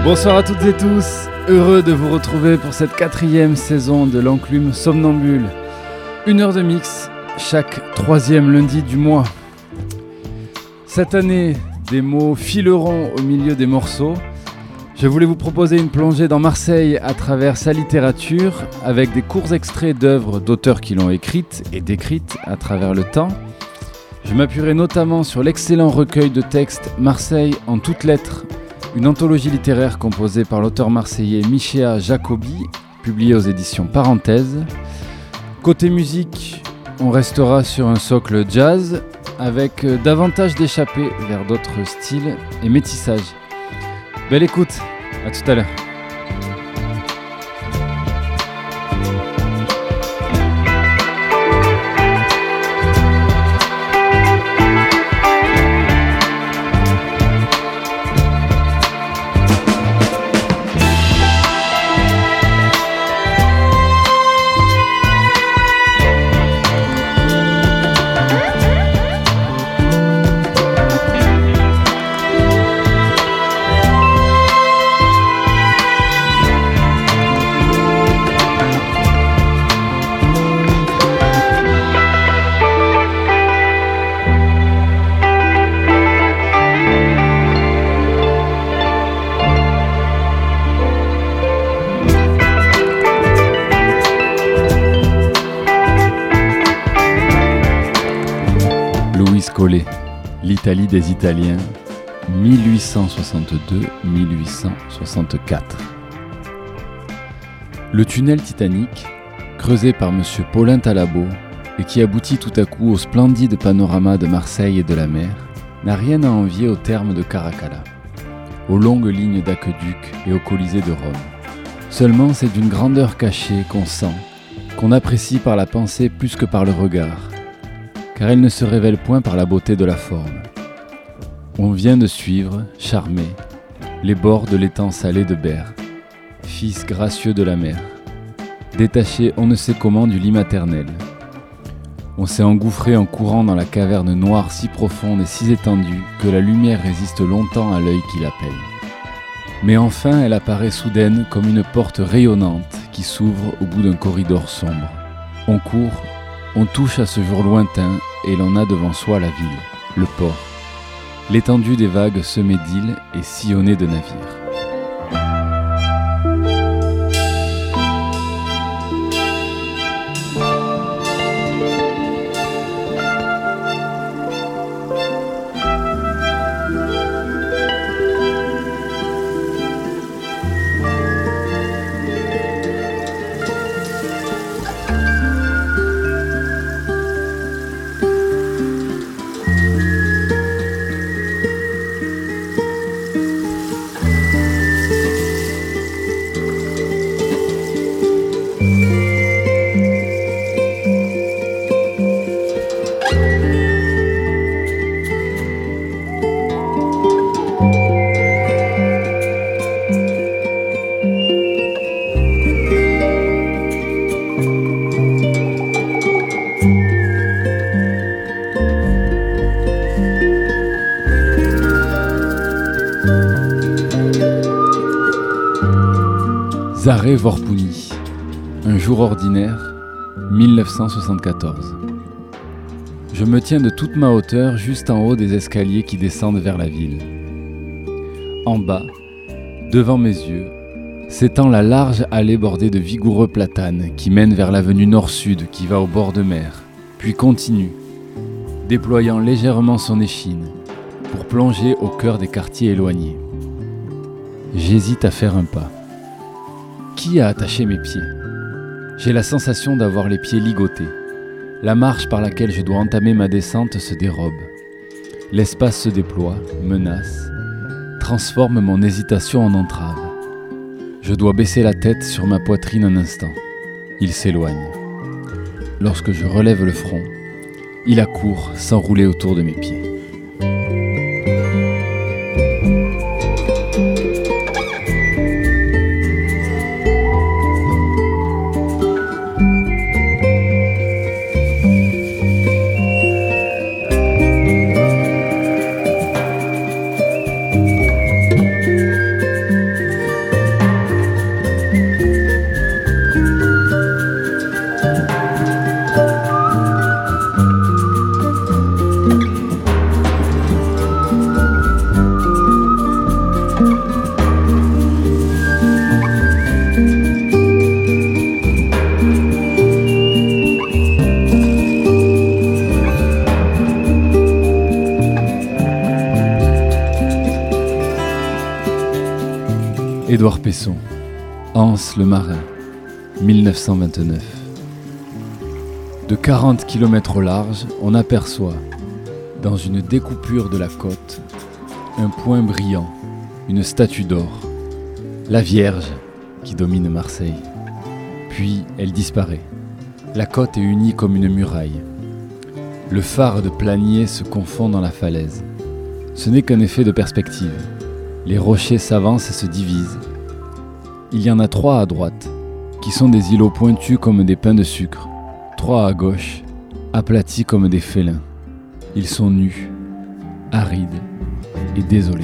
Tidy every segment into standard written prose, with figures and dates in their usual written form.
Bonsoir à toutes et tous, heureux de vous retrouver pour cette 4e saison de l'Enclume Somnambule. 1 heure de mix, chaque 3e lundi du mois. Cette année, des mots fileront au milieu des morceaux. Je voulais vous proposer une plongée dans Marseille à travers sa littérature, avec des courts extraits d'œuvres d'auteurs qui l'ont écrite et décrite à travers le temps. Je m'appuierai notamment sur l'excellent recueil de textes Marseille en toutes lettres, une anthologie littéraire composée par l'auteur marseillais Michéa Jacobi, publiée aux éditions Parenthèse. Côté musique, on restera sur un socle jazz, avec davantage d'échappées vers d'autres styles et métissage. Belle écoute, à tout à l'heure. L'Italie des Italiens, 1862-1864. Le tunnel Titanic, creusé par M. Paulin Talabot et qui aboutit tout à coup au splendide panorama de Marseille et de la mer, n'a rien à envier aux thermes de Caracalla, aux longues lignes d'aqueducs et au Colisée de Rome. Seulement, c'est d'une grandeur cachée qu'on sent, qu'on apprécie par la pensée plus que par le regard, car elle ne se révèle point par la beauté de la forme. On vient de suivre, charmé, les bords de l'étang salé de Berre, fils gracieux de la mer, détaché on ne sait comment du lit maternel. On s'est engouffré en courant dans la caverne noire si profonde et si étendue que la lumière résiste longtemps à l'œil qui l'appelle. Mais enfin elle apparaît soudaine comme une porte rayonnante qui s'ouvre au bout d'un corridor sombre. On court, on touche à ce jour lointain et l'on a devant soi la ville, le port, l'étendue des vagues semées d'îles et sillonnées de navires. Zare Vorpuni, un jour ordinaire, 1974. Je me tiens de toute ma hauteur juste en haut des escaliers qui descendent vers la ville. En bas, devant mes yeux, s'étend la large allée bordée de vigoureux platanes qui mène vers l'avenue nord-sud qui va au bord de mer, puis continue, déployant légèrement son échine pour plonger au cœur des quartiers éloignés. J'hésite à faire un pas. Qui a attaché mes pieds ? J'ai la sensation d'avoir les pieds ligotés. La marche par laquelle je dois entamer ma descente se dérobe. L'espace se déploie, menace, transforme mon hésitation en entrave. Je dois baisser la tête sur ma poitrine un instant. Il s'éloigne. Lorsque je relève le front, il accourt s'enrouler autour de mes pieds. Édouard Pesson, Anse le marin, 1929. De 40 km au large, on aperçoit, dans une découpure de la côte, un point brillant, une statue d'or, la Vierge qui domine Marseille. Puis elle disparaît. La côte est unie comme une muraille. Le phare de Planier se confond dans la falaise. Ce n'est qu'un effet de perspective. Les rochers s'avancent et se divisent. Il y en a 3 à droite, qui sont des îlots pointus comme des pains de sucre. 3 à gauche, aplatis comme des félins. Ils sont nus, arides et désolés.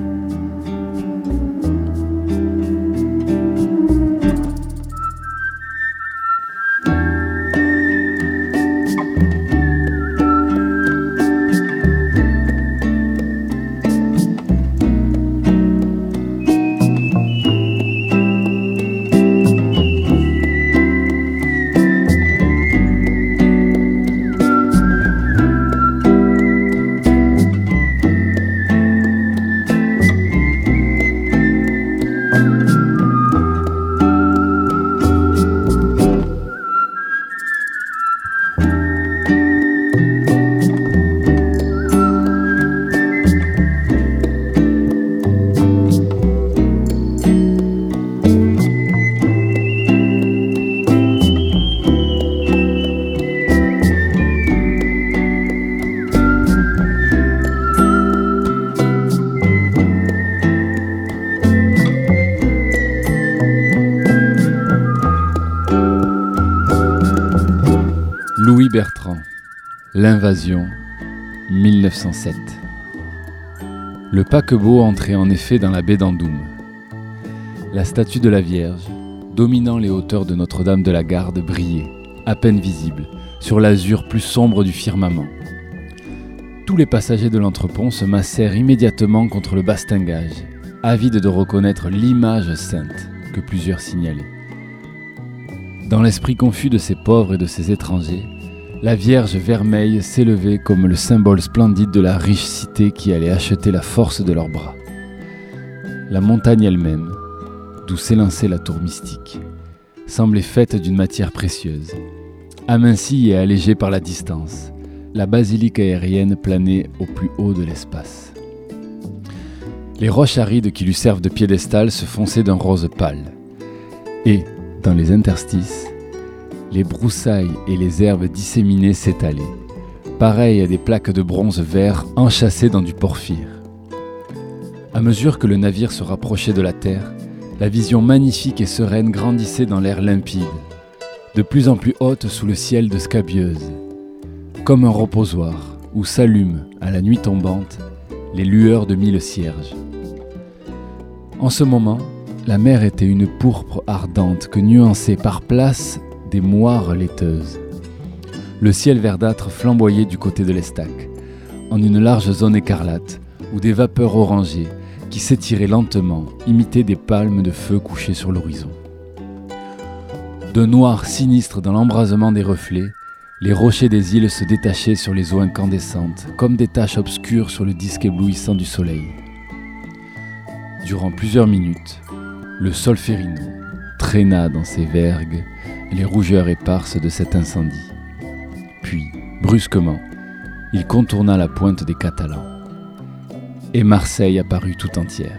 Louis Bertrand, L'Invasion, 1907. Le paquebot entrait en effet dans la baie d'Andoum. La statue de la Vierge, dominant les hauteurs de Notre-Dame de la Garde, brillait, à peine visible, sur l'azur plus sombre du firmament. Tous les passagers de l'entrepont se massèrent immédiatement contre le bastingage, avides de reconnaître l'image sainte que plusieurs signalaient. Dans l'esprit confus de ces pauvres et de ces étrangers, la Vierge vermeille s'élevait comme le symbole splendide de la riche cité qui allait acheter la force de leurs bras. La montagne elle-même, d'où s'élançait la tour mystique, semblait faite d'une matière précieuse. Amincie et allégée par la distance, la basilique aérienne planait au plus haut de l'espace. Les roches arides qui lui servent de piédestal se fonçaient d'un rose pâle. Et, dans les interstices, les broussailles et les herbes disséminées s'étalaient, pareilles à des plaques de bronze vert enchâssées dans du porphyre. À mesure que le navire se rapprochait de la terre, la vision magnifique et sereine grandissait dans l'air limpide, de plus en plus haute sous le ciel de Scabieuse, comme un reposoir où s'allument, à la nuit tombante, les lueurs de 1000 cierges. En ce moment, la mer était une pourpre ardente que nuançaient par places des moires laiteuses. Le ciel verdâtre flamboyait du côté de l'Estac, en une large zone écarlate, où des vapeurs orangées, qui s'étiraient lentement, imitaient des palmes de feu couchées sur l'horizon. D'un noir sinistre dans l'embrasement des reflets, les rochers des îles se détachaient sur les eaux incandescentes, comme des taches obscures sur le disque éblouissant du soleil. Durant plusieurs minutes, le Solferino traîna dans ses vergues les rougeurs éparses de cet incendie. Puis, brusquement, il contourna la pointe des Catalans. Et Marseille apparut tout entière.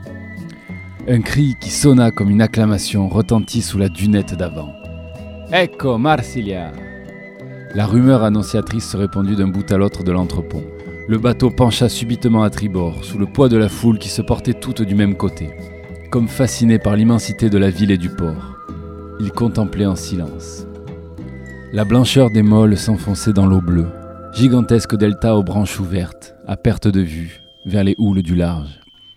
Un cri qui sonna comme une acclamation retentit sous la dunette d'avant. « Ecco Marsiglia !» La rumeur annonciatrice se répandit d'un bout à l'autre de l'entrepont. Le bateau pencha subitement à tribord, sous le poids de la foule qui se portait toute du même côté, comme fasciné par l'immensité de la ville et du port. Il contemplait en silence. La blancheur des moles s'enfonçait dans l'eau bleue, gigantesque delta aux branches ouvertes, à perte de vue, vers les houles du large.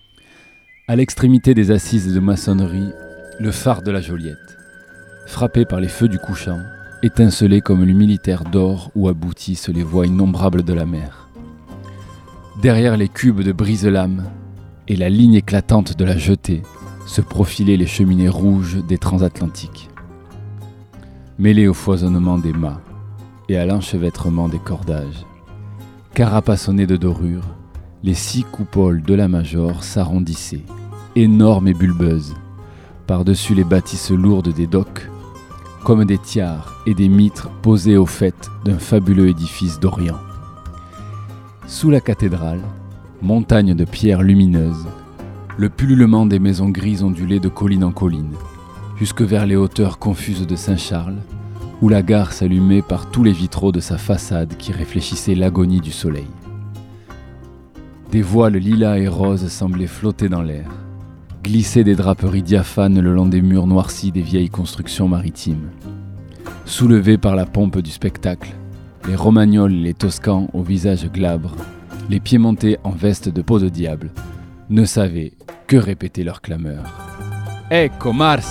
À l'extrémité des assises de maçonnerie, le phare de la Joliette, frappé par les feux du couchant, étincelait comme le militaire d'or où aboutissent les voies innombrables de la mer. Derrière les cubes de brise-lames et la ligne éclatante de la jetée, se profilaient les cheminées rouges des transatlantiques. Mêlées au foisonnement des mâts et à l'enchevêtrement des cordages, carapassonnées de dorures, les 6 coupoles de la Major s'arrondissaient, énormes et bulbeuses, par-dessus les bâtisses lourdes des docks, comme des tiares et des mitres posés au faîte d'un fabuleux édifice d'Orient. Sous la cathédrale, montagne de pierres lumineuses, le pullulement des maisons grises ondulait de colline en colline, jusque vers les hauteurs confuses de Saint-Charles, où la gare s'allumait par tous les vitraux de sa façade qui réfléchissaient l'agonie du soleil. Des voiles lilas et roses semblaient flotter dans l'air, glisser des draperies diaphanes le long des murs noircis des vieilles constructions maritimes. Soulevés par la pompe du spectacle, les Romagnols et les Toscans au visage glabre, les Piémontais en veste de peau de diable, ne savaient que répéter leur clameur. « Ecco Marsiglia !»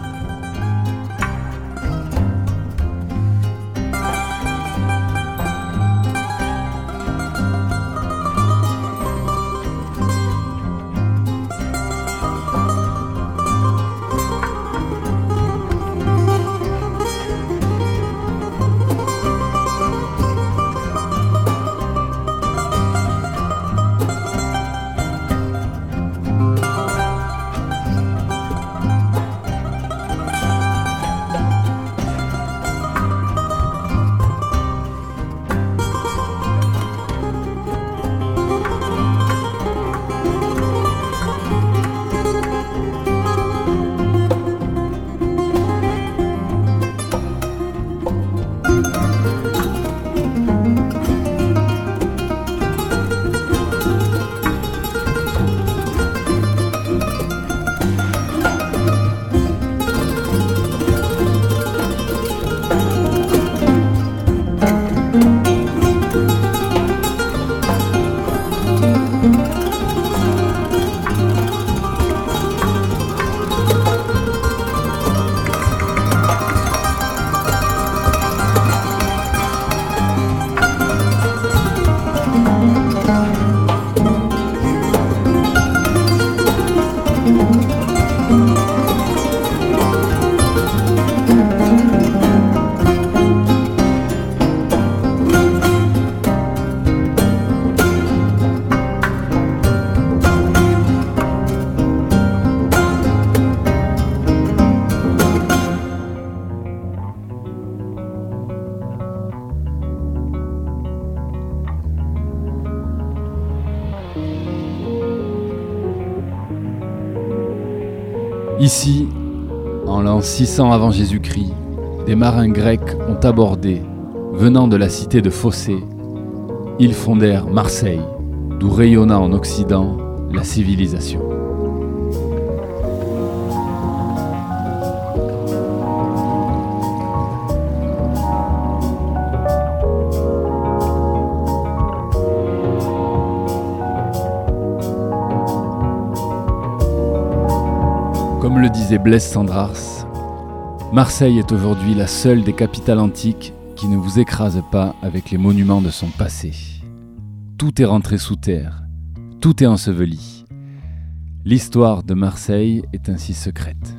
Ici, en l'an 600 avant Jésus-Christ, des marins grecs ont abordé, venant de la cité de Phocée, ils fondèrent Marseille, d'où rayonna en Occident la civilisation. Comme le disait Blaise Cendrars, Marseille est aujourd'hui la seule des capitales antiques qui ne vous écrase pas avec les monuments de son passé. Tout est rentré sous terre, tout est enseveli. L'histoire de Marseille est ainsi secrète.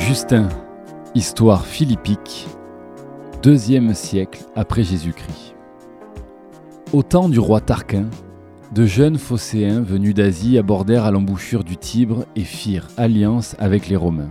Justin, histoire philippique, 2e siècle après Jésus-Christ. Au temps du roi Tarquin, de jeunes Phocéens venus d'Asie abordèrent à l'embouchure du Tibre et firent alliance avec les Romains.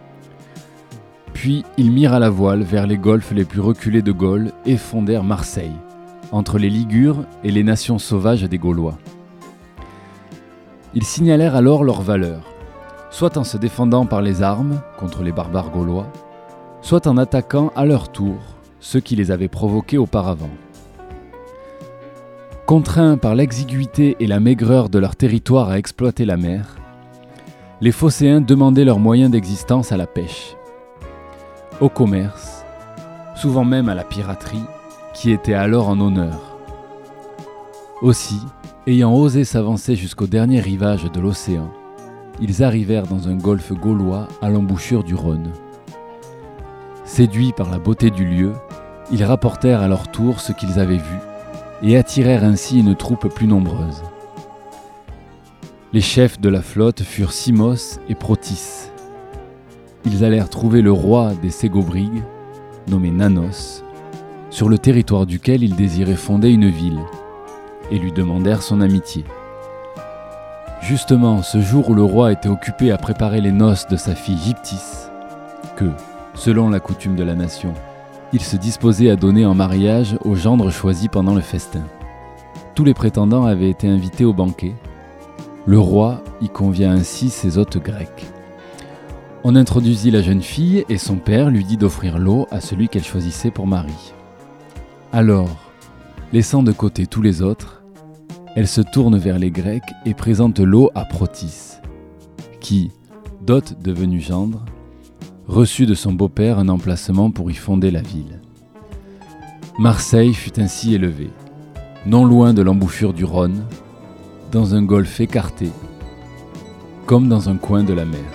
Puis ils mirent à la voile vers les golfes les plus reculés de Gaule et fondèrent Marseille, entre les Ligures et les nations sauvages des Gaulois. Ils signalèrent alors leur valeur, soit en se défendant par les armes contre les barbares gaulois, soit en attaquant à leur tour ceux qui les avaient provoqués auparavant. Contraints par l'exiguïté et la maigreur de leur territoire à exploiter la mer, les Phocéens demandaient leurs moyens d'existence à la pêche, au commerce, souvent même à la piraterie, qui était alors en honneur. Aussi, ayant osé s'avancer jusqu'au dernier rivage de l'océan, ils arrivèrent dans un golfe gaulois à l'embouchure du Rhône. Séduits par la beauté du lieu, ils rapportèrent à leur tour ce qu'ils avaient vu et attirèrent ainsi une troupe plus nombreuse. Les chefs de la flotte furent Simos et Protis. Ils allèrent trouver le roi des Ségobrides, nommé Nanos, sur le territoire duquel ils désiraient fonder une ville, et lui demandèrent son amitié. Justement, ce jour où le roi était occupé à préparer les noces de sa fille Gyptis, que, selon la coutume de la nation, il se disposait à donner en mariage au gendre choisi pendant le festin. Tous les prétendants avaient été invités au banquet. Le roi y convia ainsi ses hôtes grecs. On introduisit la jeune fille et son père lui dit d'offrir l'eau à celui qu'elle choisissait pour mari. Alors, laissant de côté tous les autres, elle se tourne vers les Grecs et présente l'eau à Protis, qui, dot devenu gendre, reçut de son beau-père un emplacement pour y fonder la ville. Marseille fut ainsi élevée, non loin de l'embouchure du Rhône, dans un golfe écarté, comme dans un coin de la mer.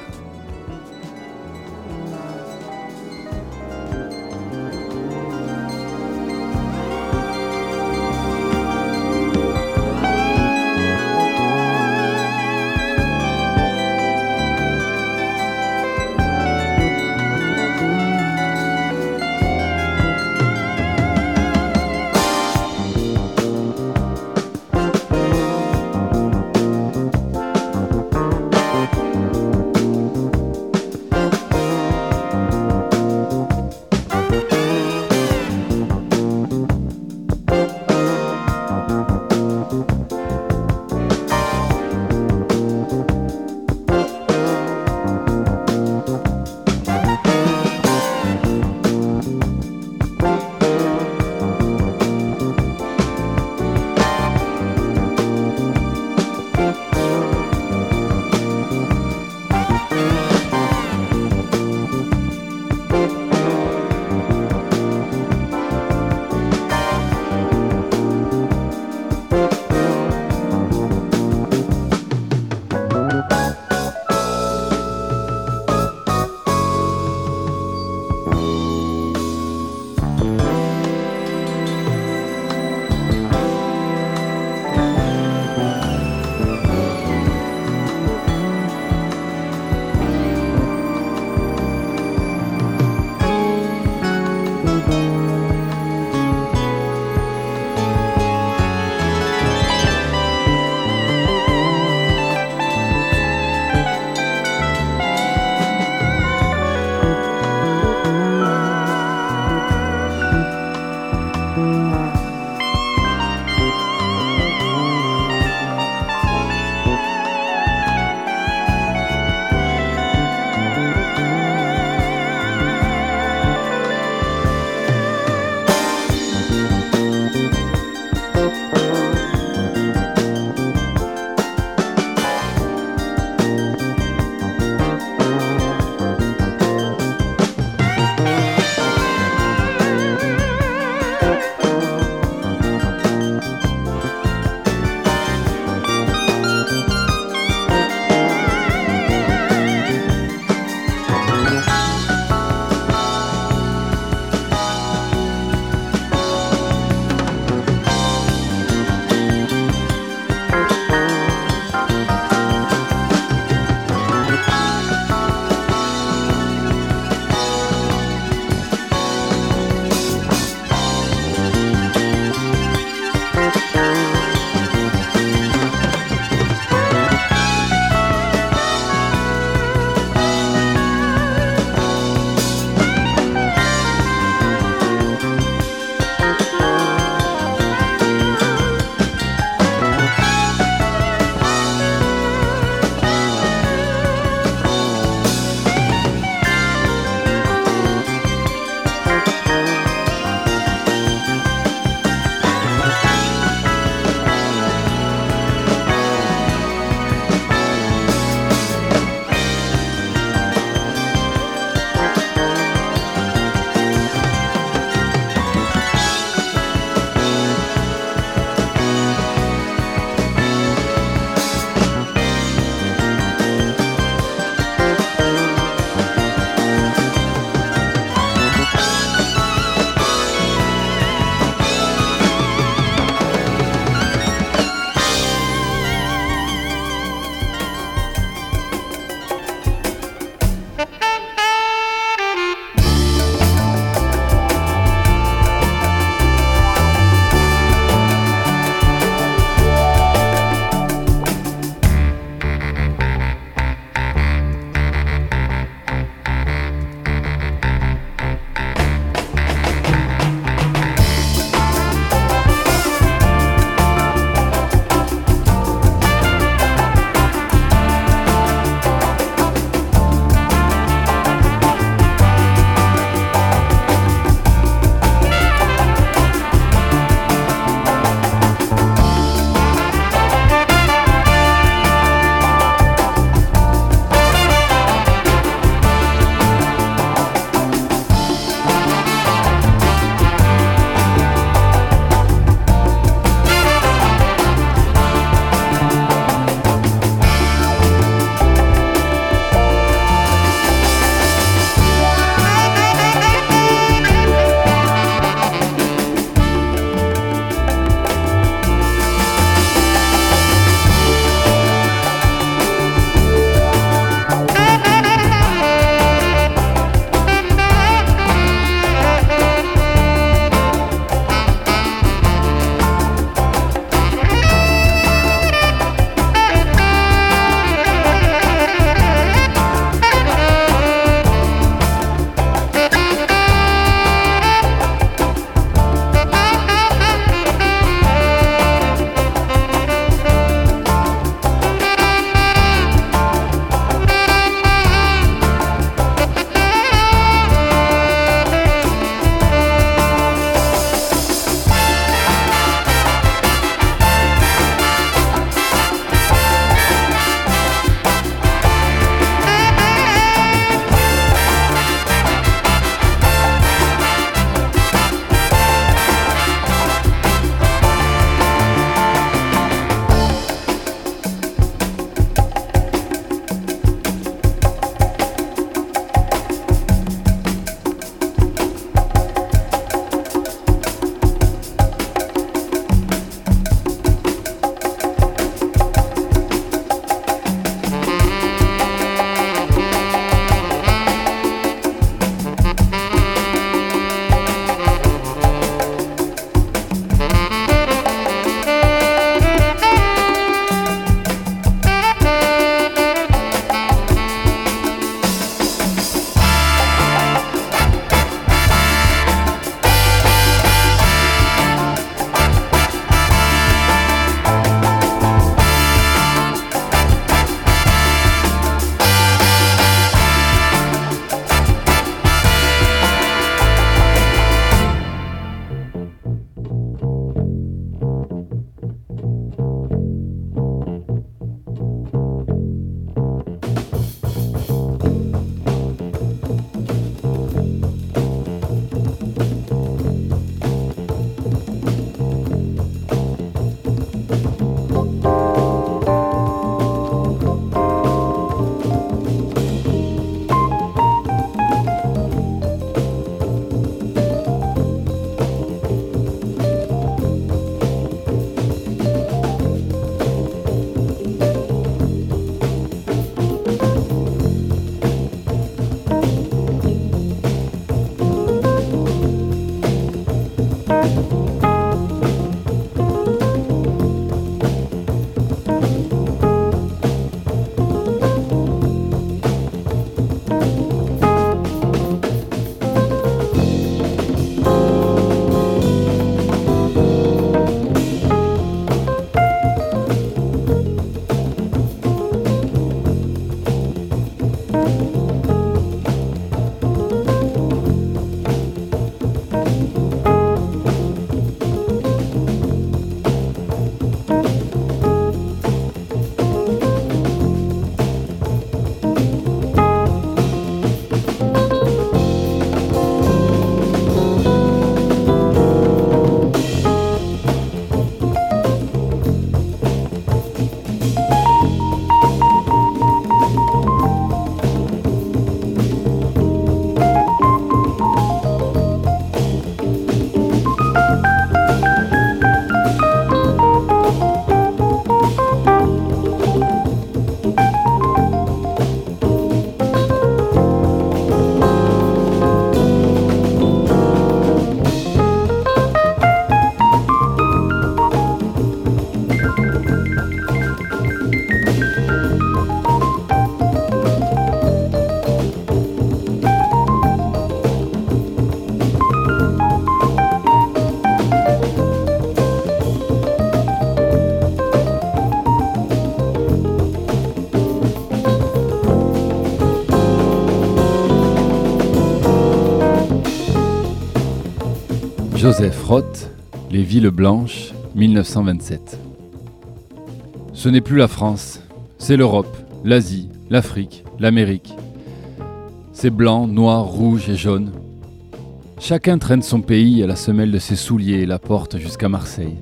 Joseph Roth, Les Villes Blanches, 1927. Ce n'est plus la France, c'est l'Europe, l'Asie, l'Afrique, l'Amérique. C'est blanc, noir, rouge et jaune. Chacun traîne son pays à la semelle de ses souliers et la porte jusqu'à Marseille.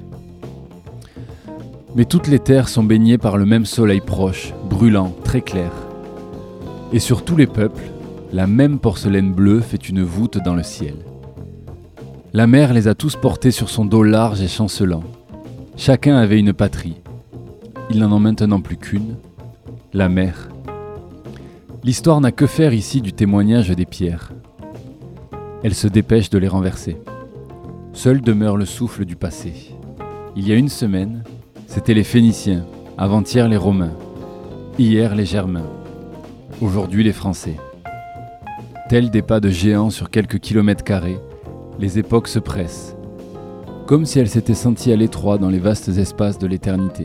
Mais toutes les terres sont baignées par le même soleil proche, brûlant, très clair. Et sur tous les peuples, la même porcelaine bleue fait une voûte dans le ciel. La mer les a tous portés sur son dos large et chancelant. Chacun avait une patrie. Ils n'en ont maintenant plus qu'une, la mer. L'histoire n'a que faire ici du témoignage des pierres. Elle se dépêche de les renverser. Seul demeure le souffle du passé. Il y a une semaine, c'était les Phéniciens, avant-hier les Romains, hier les Germains, aujourd'hui les Français. Tels des pas de géants sur quelques kilomètres carrés, les époques se pressent, comme si elles s'étaient senties à l'étroit dans les vastes espaces de l'éternité.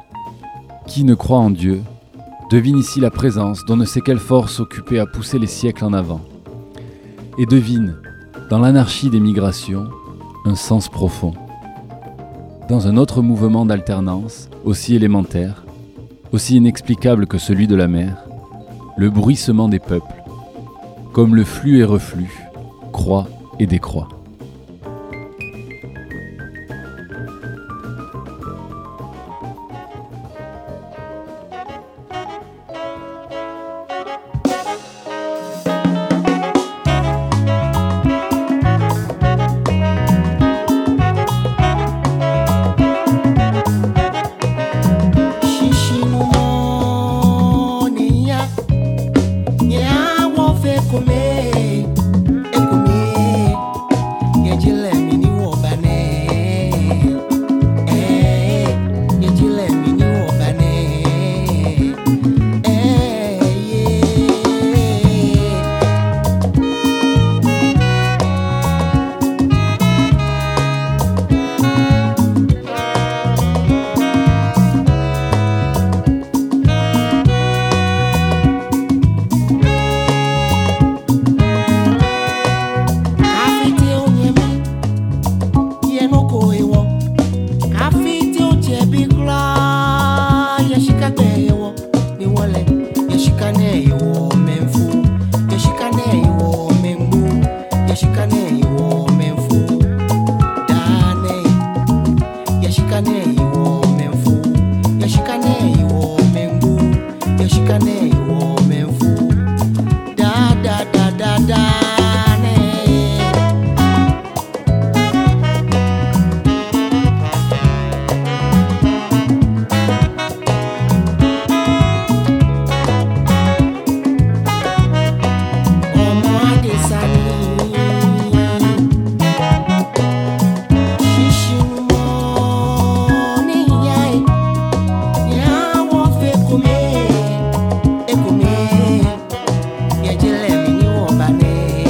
Qui ne croit en Dieu devine ici la présence d'on ne sait quelle force occupée à pousser les siècles en avant, et devine, dans l'anarchie des migrations, un sens profond. Dans un autre mouvement d'alternance, aussi élémentaire, aussi inexplicable que celui de la mer, le bruissement des peuples, comme le flux et reflux, croît et décroît. Comer, e de leve, o bané.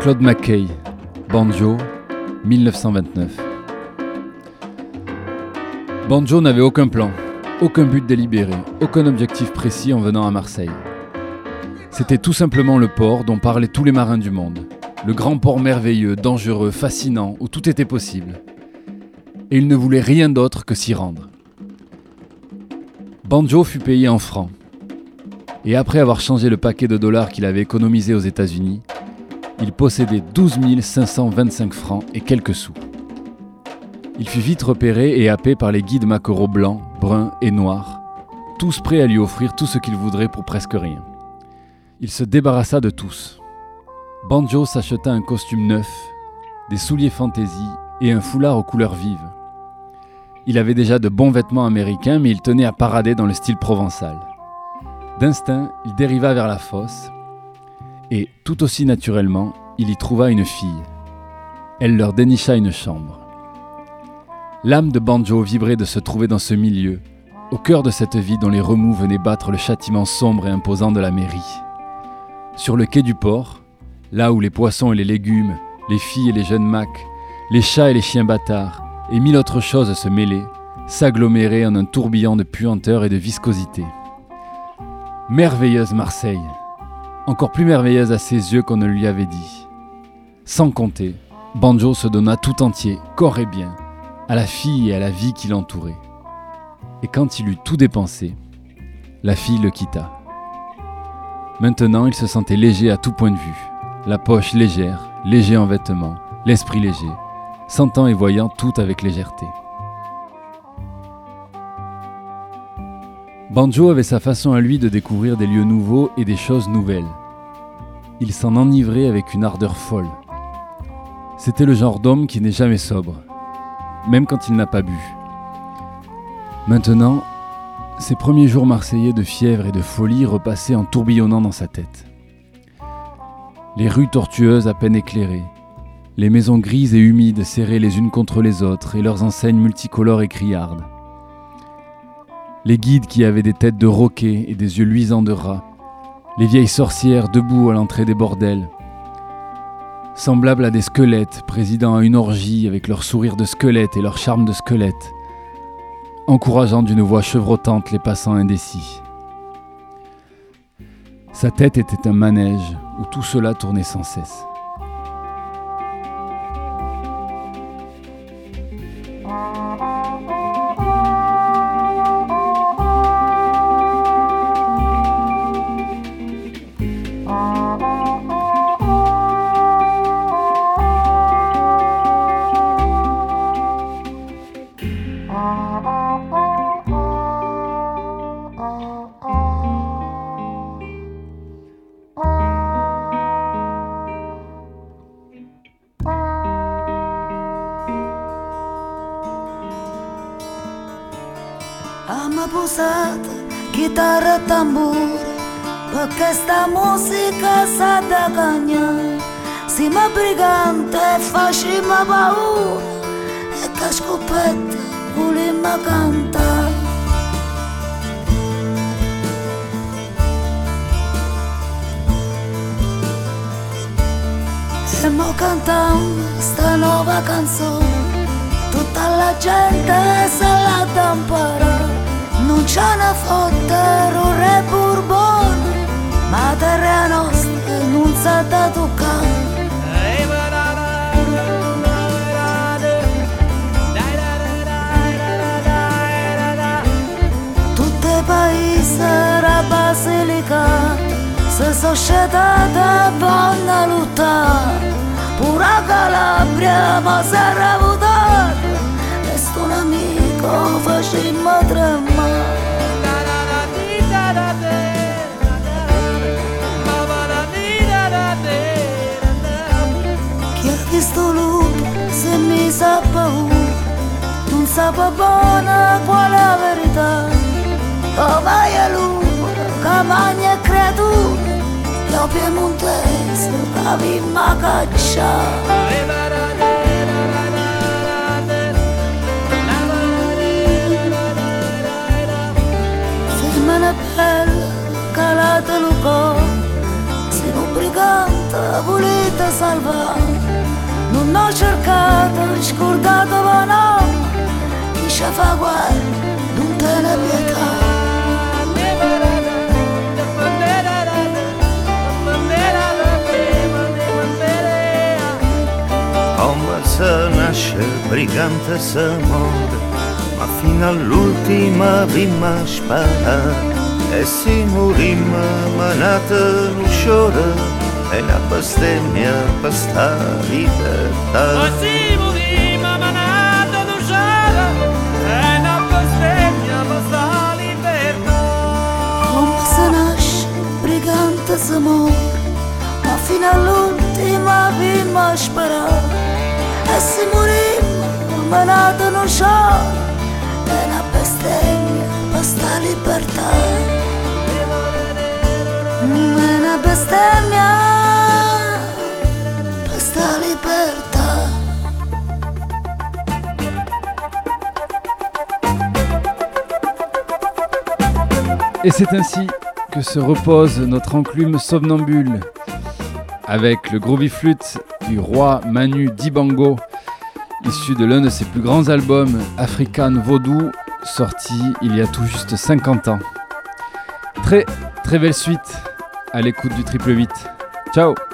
Claude McKay, Banjo, 1929. Banjo n'avait aucun plan, aucun but délibéré, aucun objectif précis en venant à Marseille. C'était tout simplement le port dont parlaient tous les marins du monde. Le grand port merveilleux, dangereux, fascinant, où tout était possible. Et il ne voulait rien d'autre que s'y rendre. Banjo fut payé en francs. Et après avoir changé le paquet de dollars qu'il avait économisé aux États-Unis, il possédait 12 525 francs et quelques sous. Il fut vite repéré et happé par les guides maquereaux blancs, bruns et noirs, tous prêts à lui offrir tout ce qu'il voudrait pour presque rien. Il se débarrassa de tous. Banjo s'acheta un costume neuf, des souliers fantaisie et un foulard aux couleurs vives. Il avait déjà de bons vêtements américains, mais il tenait à parader dans le style provençal. D'instinct, il dériva vers la fosse et, tout aussi naturellement, il y trouva une fille. Elle leur dénicha une chambre. L'âme de Banjo vibrait de se trouver dans ce milieu, au cœur de cette vie dont les remous venaient battre le châtiment sombre et imposant de la mairie. Sur le quai du port, là où les poissons et les légumes, les filles et les jeunes macs, les chats et les chiens bâtards, et mille autres choses se mêlaient, s'aggloméraient en un tourbillon de puanteur et de viscosité. Merveilleuse Marseille, encore plus merveilleuse à ses yeux qu'on ne lui avait dit. Sans compter, Banjo se donna tout entier, corps et bien, à la fille et à la vie qui l'entourait. Et quand il eut tout dépensé, la fille le quitta. Maintenant, il se sentait léger à tout point de vue, la poche légère, léger en vêtements, l'esprit léger, sentant et voyant tout avec légèreté. Banjo avait sa façon à lui de découvrir des lieux nouveaux et des choses nouvelles. Il s'en enivrait avec une ardeur folle. C'était le genre d'homme qui n'est jamais sobre, même quand il n'a pas bu. Maintenant, ses premiers jours marseillais de fièvre et de folie repassaient en tourbillonnant dans sa tête. Les rues tortueuses à peine éclairées, les maisons grises et humides serrées les unes contre les autres et leurs enseignes multicolores et criardes. Les guides qui avaient des têtes de roquets et des yeux luisants de rats, les vieilles sorcières debout à l'entrée des bordels, semblables à des squelettes présidant à une orgie avec leur sourire de squelette et leur charme de squelette, encourageant d'une voix chevrotante les passants indécis. Sa tête était un manège où tout cela tournait sans cesse. Am posat chitarra e tamburo perché sta musica sa da cagna. Siamo briganti e facciamo paura e che scopette volimmo cantare. E mo cantiamo sta nuova canzone, tutta la gente se la da imparare. Non c'è una fottero re Bourbon, ma terra nostra non sa da toccare. Tutti i paesi era Basilica, se società vanno a lottare. Pura Calabria ma sarà votata, e sto un amico facemmo tremare. Chi ha visto lupo se mi sa paura, non sa buona qual è la verità. Oh vai a lupo, che mangia creatura, io piemontese che vimma cacciare. Femmina bella, calate lo cuore, sei un brigante volete salvare. Non ho cercato, scordato no, chi ci fa guai, non te ne pietà. Come se nasce brigante se muore, ma fino all'ultima prima spara. E si morimmo manate l'usciore, è una bestemmia per sta libertà. Ma si morimmo manate l'usciore, è una bestemmia per sta libertà. Come se nasce brigante se muore, ma fino all'ultima prima spara. E si morimmo manate l'usciore, è una bestemmia per sta libertà. Una bestemmia per sta libertà. Et c'est ainsi que se repose notre enclume somnambule, avec le groovy flûte du roi Manu Dibango, issu de l'un de ses plus grands albums, African Vodou, sorti il y a tout juste 50 ans. Très belle suite à l'écoute du 888. Ciao.